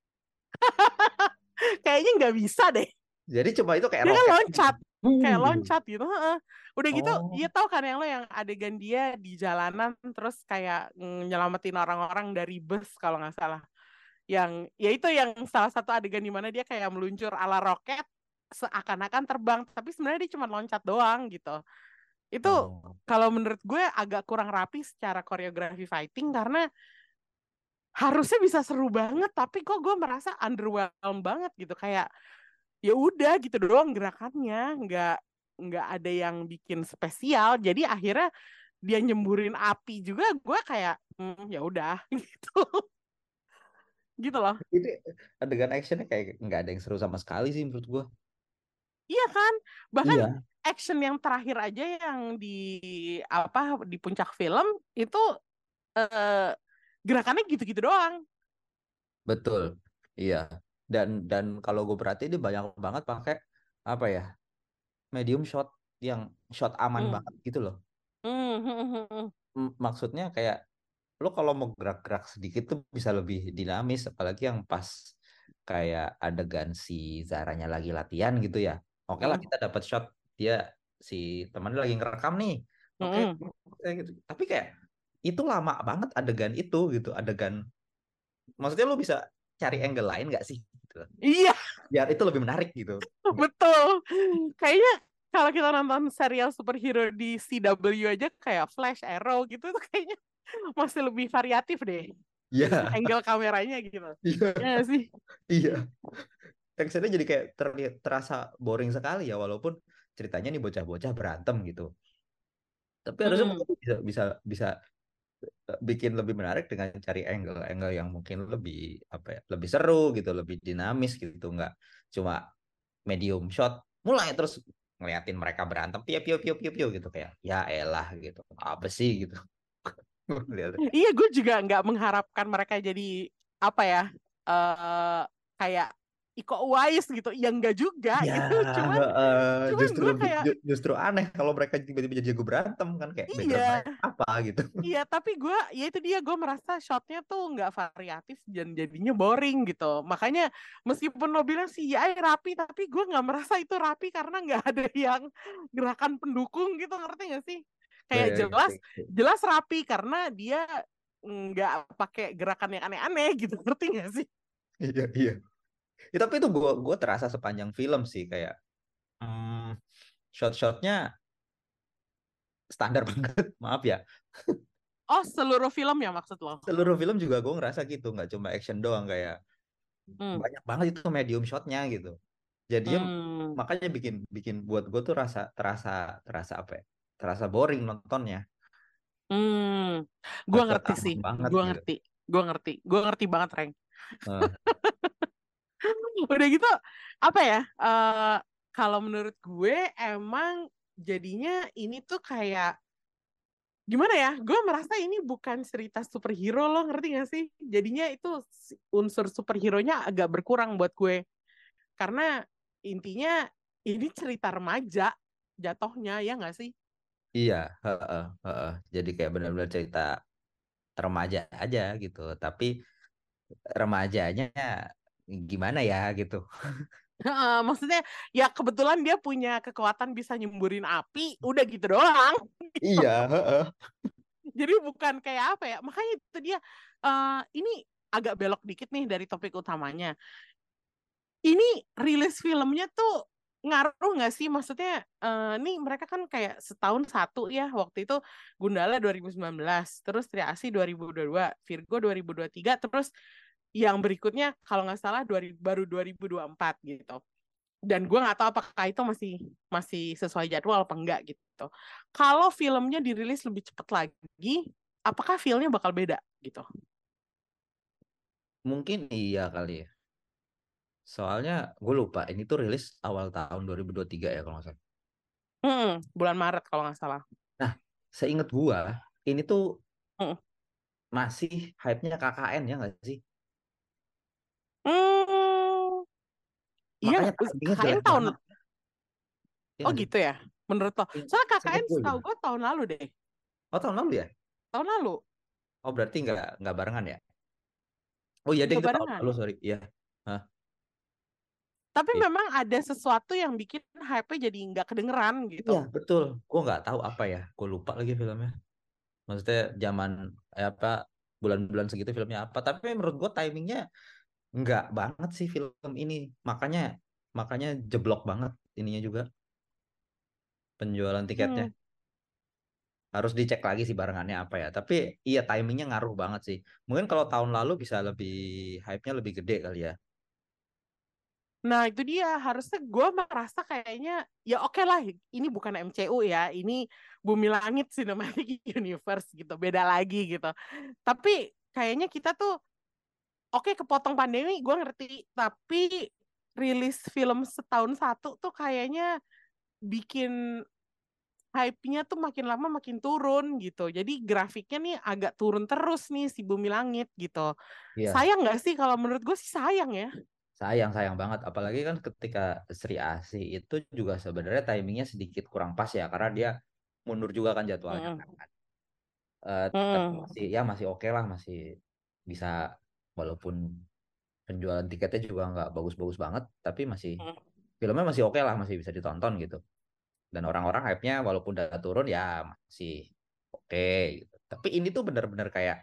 Kayaknya nggak bisa deh. Jadi cuma itu kayak Dia kan roket gitu. loncat, kayak Gitu. loncat gitu. Heeh. Udah gitu, Oh, iya tahu kan yang lo yang adegan dia di jalanan terus kayak nyelamatin orang-orang dari bus kalau nggak salah. Yang ya itu yang salah satu adegan di mana dia kayak meluncur ala roket seakan-akan terbang, tapi sebenarnya dia cuma loncat doang gitu. Itu oh. kalau menurut gue agak kurang rapi secara koreografi fighting karena harusnya bisa seru banget tapi kok gue merasa underwhelmed banget gitu kayak ya udah gitu doang gerakannya nggak ada yang bikin spesial jadi akhirnya dia nyemburin api juga gue kayak ya udah gitu gitu loh. Itu adegan actionnya kayak nggak ada yang seru sama sekali sih menurut gua. Iya kan bahkan Iya, action yang terakhir aja yang di apa di puncak film itu eh, gerakannya gitu-gitu doang. betul. Iya. Dan kalau gue perhatiin dia banyak banget pakai apa ya? Medium shot yang shot aman Hmm. banget gitu loh. Hmm. Maksudnya kayak lo kalau mau gerak-gerak sedikit tuh bisa lebih dinamis apalagi yang pas kayak adegan si Zaranya lagi latihan gitu ya. Oke lah Hmm. kita dapat shot dia si temannya lagi ngerekam nih. Oke, Hmm. kayak gitu. Tapi kayak itu lama banget adegan itu gitu. Adegan maksudnya lo bisa cari angle lain gak sih? Gitu. Iya. Biar itu lebih menarik gitu. Nggak. Betul. Kayaknya kalau kita nonton serial superhero di CW aja kayak Flash, Arrow gitu tuh kayaknya masih lebih variatif deh. Iya, Angle kameranya gitu. Ya iya, nggak sih? iya. Teksturnya jadi kayak terasa boring sekali ya walaupun ceritanya nih bocah-bocah berantem gitu. Tapi harusnya Mm-mm. mungkin bisa bisa bisa bikin lebih menarik dengan cari angle-angle yang mungkin lebih apa ya, lebih seru gitu, lebih dinamis gitu, nggak cuma medium shot mulai terus ngeliatin mereka berantem piu piu piu piu piu gitu kayak ya elah gitu. Apa sih gitu. Lihat. Iya, gue juga nggak mengharapkan mereka jadi apa ya, kayak Iko Uwais gitu. Ya enggak juga Ya, gitu. Cuman justru gue kayak justru aneh kalau mereka tiba-tiba jadi jago berantem kan kayak background iya. mereka apa gitu. Iya, tapi ya itu dia, gue merasa shotnya tuh nggak variatif dan jadinya boring gitu. Makanya meskipun lo bilang CGI rapi, tapi gue nggak merasa itu rapi karena nggak ada yang gerakan pendukung gitu, ngerti nggak sih? Kayak Iya, jelas, ngerti. jelas rapi karena dia nggak pakai gerakan yang aneh-aneh gitu, ngerti nggak sih? Iya, iya. Ya, tapi itu gue terasa sepanjang film sih kayak shot-shotnya standar banget. Maaf ya. Oh, seluruh film ya maksud lo? Seluruh film juga gue ngerasa gitu, nggak cuma action doang kayak Hmm. banyak banget itu medium shotnya gitu. Jadinya Hmm. makanya bikin bikin buat gue tuh terasa terasa apa ya? Terasa boring nontonnya. Hmm. Gue Terasa ngerti sih, tamat banget gue gitu. ngerti, gue ngerti banget, Reng. Nah, Udah gitu apa ya, kalau menurut gue emang jadinya ini tuh kayak gimana ya, gue merasa ini bukan cerita superhero, lo ngerti gak sih? Jadinya itu unsur superhero-nya agak berkurang buat gue karena intinya ini cerita remaja jatohnya, ya gak sih? iya, heeh, heeh. Jadi kayak benar-benar cerita remaja aja gitu. Tapi remajanya gimana ya gitu. Maksudnya ya kebetulan dia punya kekuatan bisa nyemburin api, udah gitu doang. Iya, heeh. Jadi bukan kayak apa ya, makanya itu dia, ini agak belok dikit nih dari topik utamanya. Ini rilis filmnya tuh ngaruh nggak sih? Maksudnya nih mereka kan kayak setahun satu ya, waktu itu Gundala 2019, terus Triasi 2022, Virgo 2023, terus yang berikutnya kalau nggak salah baru 2024 gitu. Dan gue nggak tahu apakah itu masih masih sesuai jadwal apa enggak gitu. Kalau filmnya dirilis lebih cepat lagi, apakah feel-nya bakal beda gitu? Mungkin iya kali ya. Soalnya gue lupa ini tuh rilis awal tahun 2023 ya kalau nggak salah. Bulan Maret kalau nggak salah. Nah, seingat gua ini tuh Hmm. masih hype-nya KKN ya nggak sih? Hmm, iya, Makanya timingnya KKN jelek tahun, banget. Ya oh nggak sih? gitu ya, menurut lo? Soalnya Seingat KKN gue setahu gitu. gue tahun lalu deh, Oh tahun lalu ya? tahun lalu, Oh berarti nggak barengan ya? Oh iya deh nggak itu tahun barengan. lalu sorry. Iya. Hah, Tapi iya. memang ada sesuatu yang bikin hype-nya jadi nggak kedengeran Iya gitu. betul. Gue nggak tahu apa ya. Gue lupa lagi filmnya. Maksudnya zaman apa bulan-bulan segitu filmnya apa? Tapi menurut gue timingnya nggak banget sih film ini. Makanya makanya jeblok banget ininya juga penjualan tiketnya. Hmm. Harus dicek lagi sih barengannya apa ya. Tapi iya timingnya ngaruh banget sih. Mungkin kalau tahun lalu bisa lebih hype-nya lebih gede kali ya. Nah, itu dia. Harusnya gue merasa kayaknya, ya oke lah, ini bukan MCU ya, ini Bumi Langit Cinematic Universe gitu, beda lagi gitu. Tapi kayaknya kita tuh, oke kepotong pandemi, gue ngerti, tapi rilis film setahun satu tuh kayaknya bikin hype-nya tuh makin lama makin turun gitu. Jadi grafiknya nih agak turun terus nih si Bumi Langit gitu. Iya, Sayang nggak sih? Kalau menurut gue sih sayang ya. sayang banget. Apalagi kan ketika Sri Asih itu juga sebenarnya timingnya sedikit kurang pas ya karena dia mundur juga kan jadwalnya Mm-mm. kan. Tapi Mm-mm. masih ya masih oke lah masih bisa walaupun penjualan tiketnya juga nggak bagus-bagus banget tapi masih filmnya masih oke lah masih bisa ditonton gitu. Dan orang-orang hype-nya walaupun udah turun ya masih oke gitu. Tapi ini tuh benar-benar kayak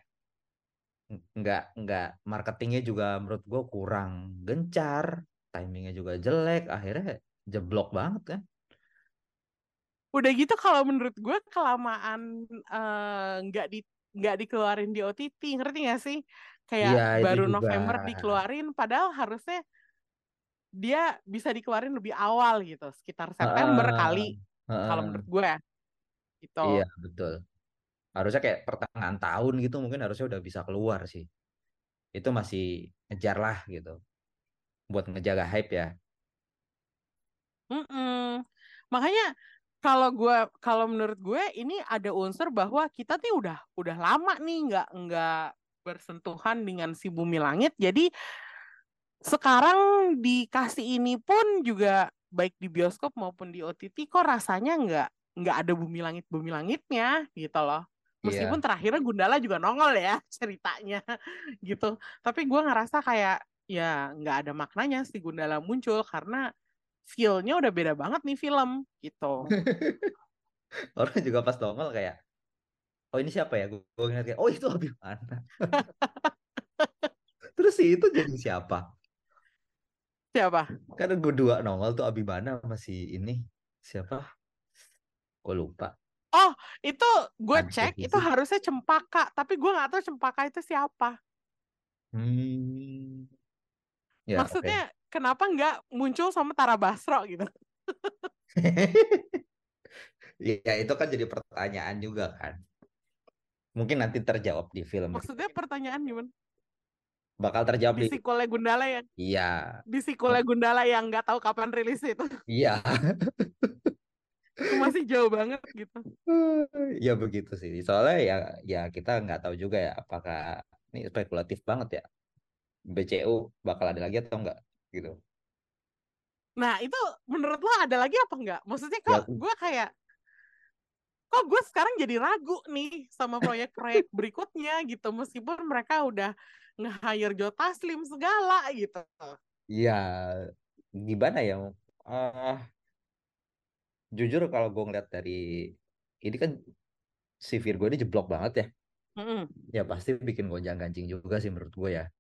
nggak marketingnya juga menurut gue kurang gencar, timingnya juga jelek, akhirnya jeblok banget kan? Udah gitu kalau menurut gue kelamaan nggak dikeluarin di OTT, ngerti nggak sih? Iya Kayak itu baru juga. November dikeluarin, padahal harusnya dia bisa dikeluarin lebih awal gitu, sekitar September Heeh, kali, kalau heeh. menurut gue Iya gitu. betul. Harusnya kayak pertengahan tahun gitu mungkin harusnya udah bisa keluar sih. Itu masih ngejar lah gitu, buat ngejaga hype ya. Mm-mm. Makanya Kalau menurut gue ini ada unsur bahwa kita tuh udah lama nih nggak bersentuhan dengan si bumi langit. Jadi sekarang dikasih ini pun juga baik di bioskop maupun di OTT kok rasanya nggak ada bumi langitnya gitu loh. Meskipun Iya. terakhirnya Gundala juga nongol ya ceritanya gitu. Tapi gue ngerasa kayak ya nggak ada maknanya si Gundala muncul karena feel-nya udah beda banget nih film gitu. Orang juga pas nongol kayak, oh ini siapa ya? Gue ngeliat kayak, oh itu Abimana. Terus si itu jadi siapa? Siapa? Karena gue dua nongol tuh Abimana masih ini siapa? Gue lupa. Oh, itu gue Ada cek itu sih. harusnya Cempaka, tapi gue nggak tahu Cempaka itu siapa. Hmm. Ya, oke. Maksudnya kenapa nggak muncul sama Tara Basro gitu? Ya itu kan jadi pertanyaan juga kan. Mungkin nanti terjawab di film itu. Maksudnya pertanyaan gimana? Bakal terjawab Di di. sequelnya Gundala yang Iya. di sequelnya Gundala yang nggak tahu kapan rilis itu Iya. masih jauh banget gitu. Ya begitu sih. Soalnya ya kita nggak tahu juga ya apakah ini spekulatif banget ya. BCU bakal ada lagi atau enggak gitu. Nah itu menurut lo ada lagi apa enggak? Maksudnya Ya kok gue sekarang jadi ragu nih sama proyek-proyek berikutnya gitu meskipun mereka udah nge-hire Joe Taslim segala gitu. ya gimana ya? Ah, jujur kalau gue ngeliat dari ini kan si Virgo ini jeblok banget ya. Mm-mm. Ya pasti bikin gonjang-ganjing juga sih menurut gue ya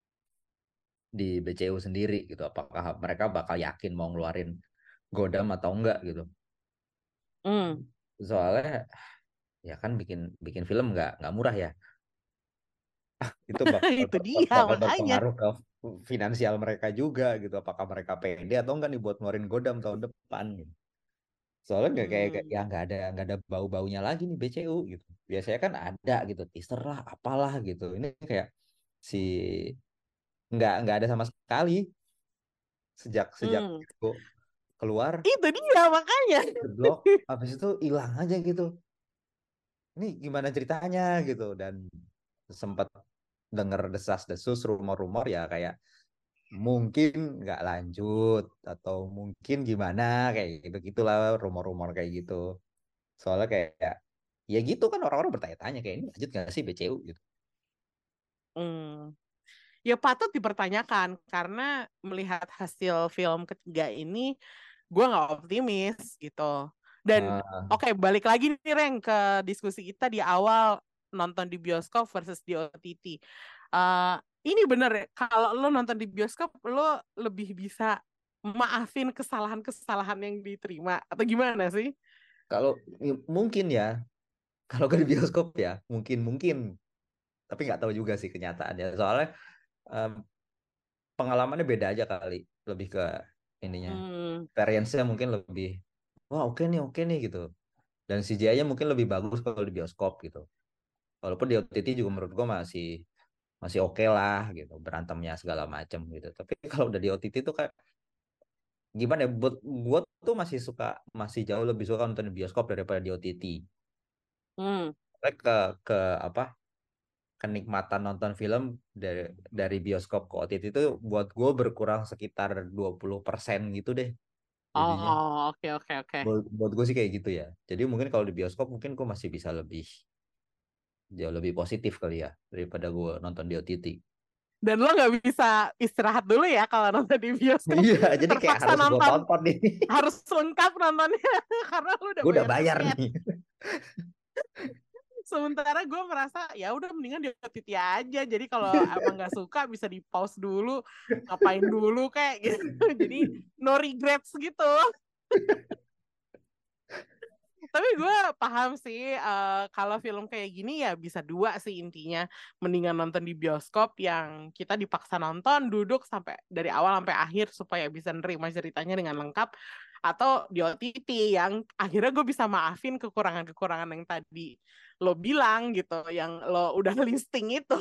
di BCU sendiri gitu. Apakah mereka bakal yakin mau ngeluarin Godam atau enggak gitu. Mm. Soalnya ya kan bikin bikin film nggak murah ya. Itu Itu dia bakal makanya. berpengaruh ke finansial mereka juga gitu. Apakah mereka pede atau enggak nih buat ngeluarin Godam tahun depan gitu. Soalnya nggak kayak Hmm. ya nggak ada bau-baunya lagi nih BCU gitu. Biasanya kan ada gitu teaser lah apalah gitu. Ini kayak si nggak ada sama sekali sejak sejak Hmm. itu keluar Itu dia makanya. blog habis itu hilang aja gitu. Ini gimana ceritanya gitu dan sempat dengar desas-desus rumor-rumor ya kayak mungkin nggak lanjut atau mungkin gimana kayak gitu gitulah rumor-rumor kayak gitu soalnya kayak ya gitu kan orang-orang bertanya-tanya kayak ini lanjut nggak sih BCU gitu. Hmm. Ya patut dipertanyakan karena melihat hasil film ketiga ini gue nggak optimis gitu. Dan Ah, oke, balik lagi nih Reng ke diskusi kita di awal nonton di bioskop versus di OTT. Eh, ini bener ya, kalau lo nonton di bioskop lo lebih bisa maafin kesalahan-kesalahan yang diterima atau gimana sih? kalau mungkin ya kalau ke di bioskop ya mungkin mungkin tapi nggak tahu juga sih kenyataannya soalnya em, pengalamannya beda aja kali lebih ke ininya Hmm. experience-nya mungkin lebih wah oke nih gitu dan CGI-nya mungkin lebih bagus kalau di bioskop gitu walaupun di OTT juga menurut gua masih masih oke lah gitu berantemnya segala macam gitu tapi kalau udah di OTT tuh kayak gimana ya buat gua tuh masih jauh lebih suka nonton di bioskop daripada di OTT. Hmm. Karena ke apa kenikmatan nonton film dari bioskop ke OTT itu buat gue berkurang sekitar 20% gitu deh jadinya. Oh, oke oke oke. Buat gue sih kayak gitu ya. Jadi mungkin kalau di bioskop mungkin gue masih bisa lebih jauh lebih positif kali ya daripada gue nonton di OTT. Dan lo nggak bisa istirahat dulu ya kalau nonton di bioskop. Iya, jadi kayak Terpaksa harus gue nonton, tonton nih. harus lengkap nontonnya karena lo udah Gue udah bayar bayar tiket. nih. Sementara gue merasa ya udah mendingan di OTT aja. Jadi kalau emang nggak suka bisa di pause dulu, ngapain dulu kayak gitu. Jadi no regrets gitu. Tapi gue paham sih kalau film kayak gini ya bisa dua sih intinya. Mendingan nonton di bioskop yang kita dipaksa nonton, duduk sampai dari awal sampai akhir supaya bisa nerima ceritanya dengan lengkap. Atau di OTT yang akhirnya gue bisa maafin kekurangan-kekurangan yang tadi lo bilang gitu, yang lo udah listing itu.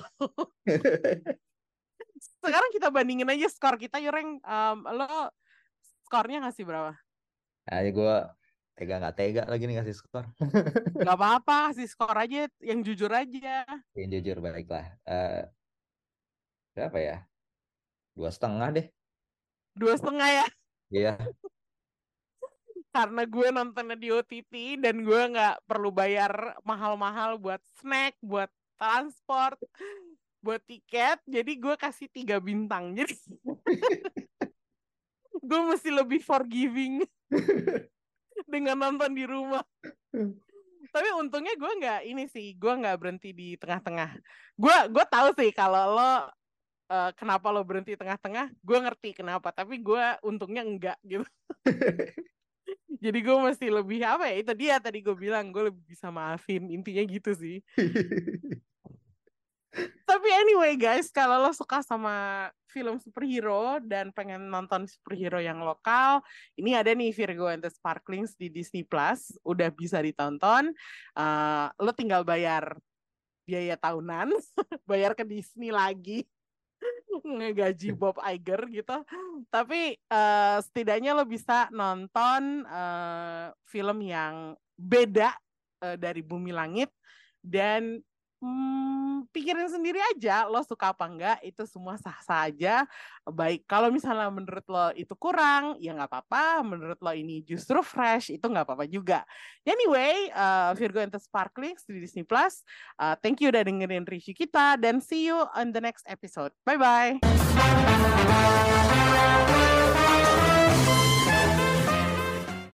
Sekarang kita bandingin aja skor kita, Yureng. Lo skornya ngasih berapa? Nah, gue nggak tega lagi nih ngasih skor. Gak apa-apa, kasih skor aja yang jujur aja. Yang jujur baiklah. Berapa ya? 2,5 deh. 2,5 ya, Iya. karena gue nontonnya di OTT dan gue nggak perlu bayar mahal-mahal buat snack, buat transport, buat tiket. Jadi gue kasih 3 bintang. Jadi gue mesti lebih forgiving dengan nonton di rumah. Tapi untungnya gue nggak berhenti di tengah-tengah. Gue tahu sih kalau lo kenapa lo berhenti tengah-tengah, gue ngerti kenapa. Tapi gue untungnya enggak gitu. Jadi gue mesti lebih apa ya? Itu dia tadi gue bilang gue lebih bisa maafin. Intinya gitu sih. Tapi anyway guys, kalau lo suka sama film superhero dan pengen nonton superhero yang lokal, ini ada nih Virgo and the Sparklings di Disney Plus, udah bisa ditonton. Lo tinggal bayar biaya tahunan, bayar ke Disney lagi, ngegaji Bob Iger gitu. Tapi setidaknya lo bisa nonton film yang beda dari Bumi Langit dan pikirin sendiri aja lo suka apa enggak, itu semua sah-sah aja. Baik kalau misalnya menurut lo itu kurang ya nggak apa-apa, menurut lo ini justru fresh itu nggak apa-apa juga. Anyway, Virgo and the Sparklings di Disney Plus. Thank you udah dengerin review kita dan see you on the next episode. Bye bye.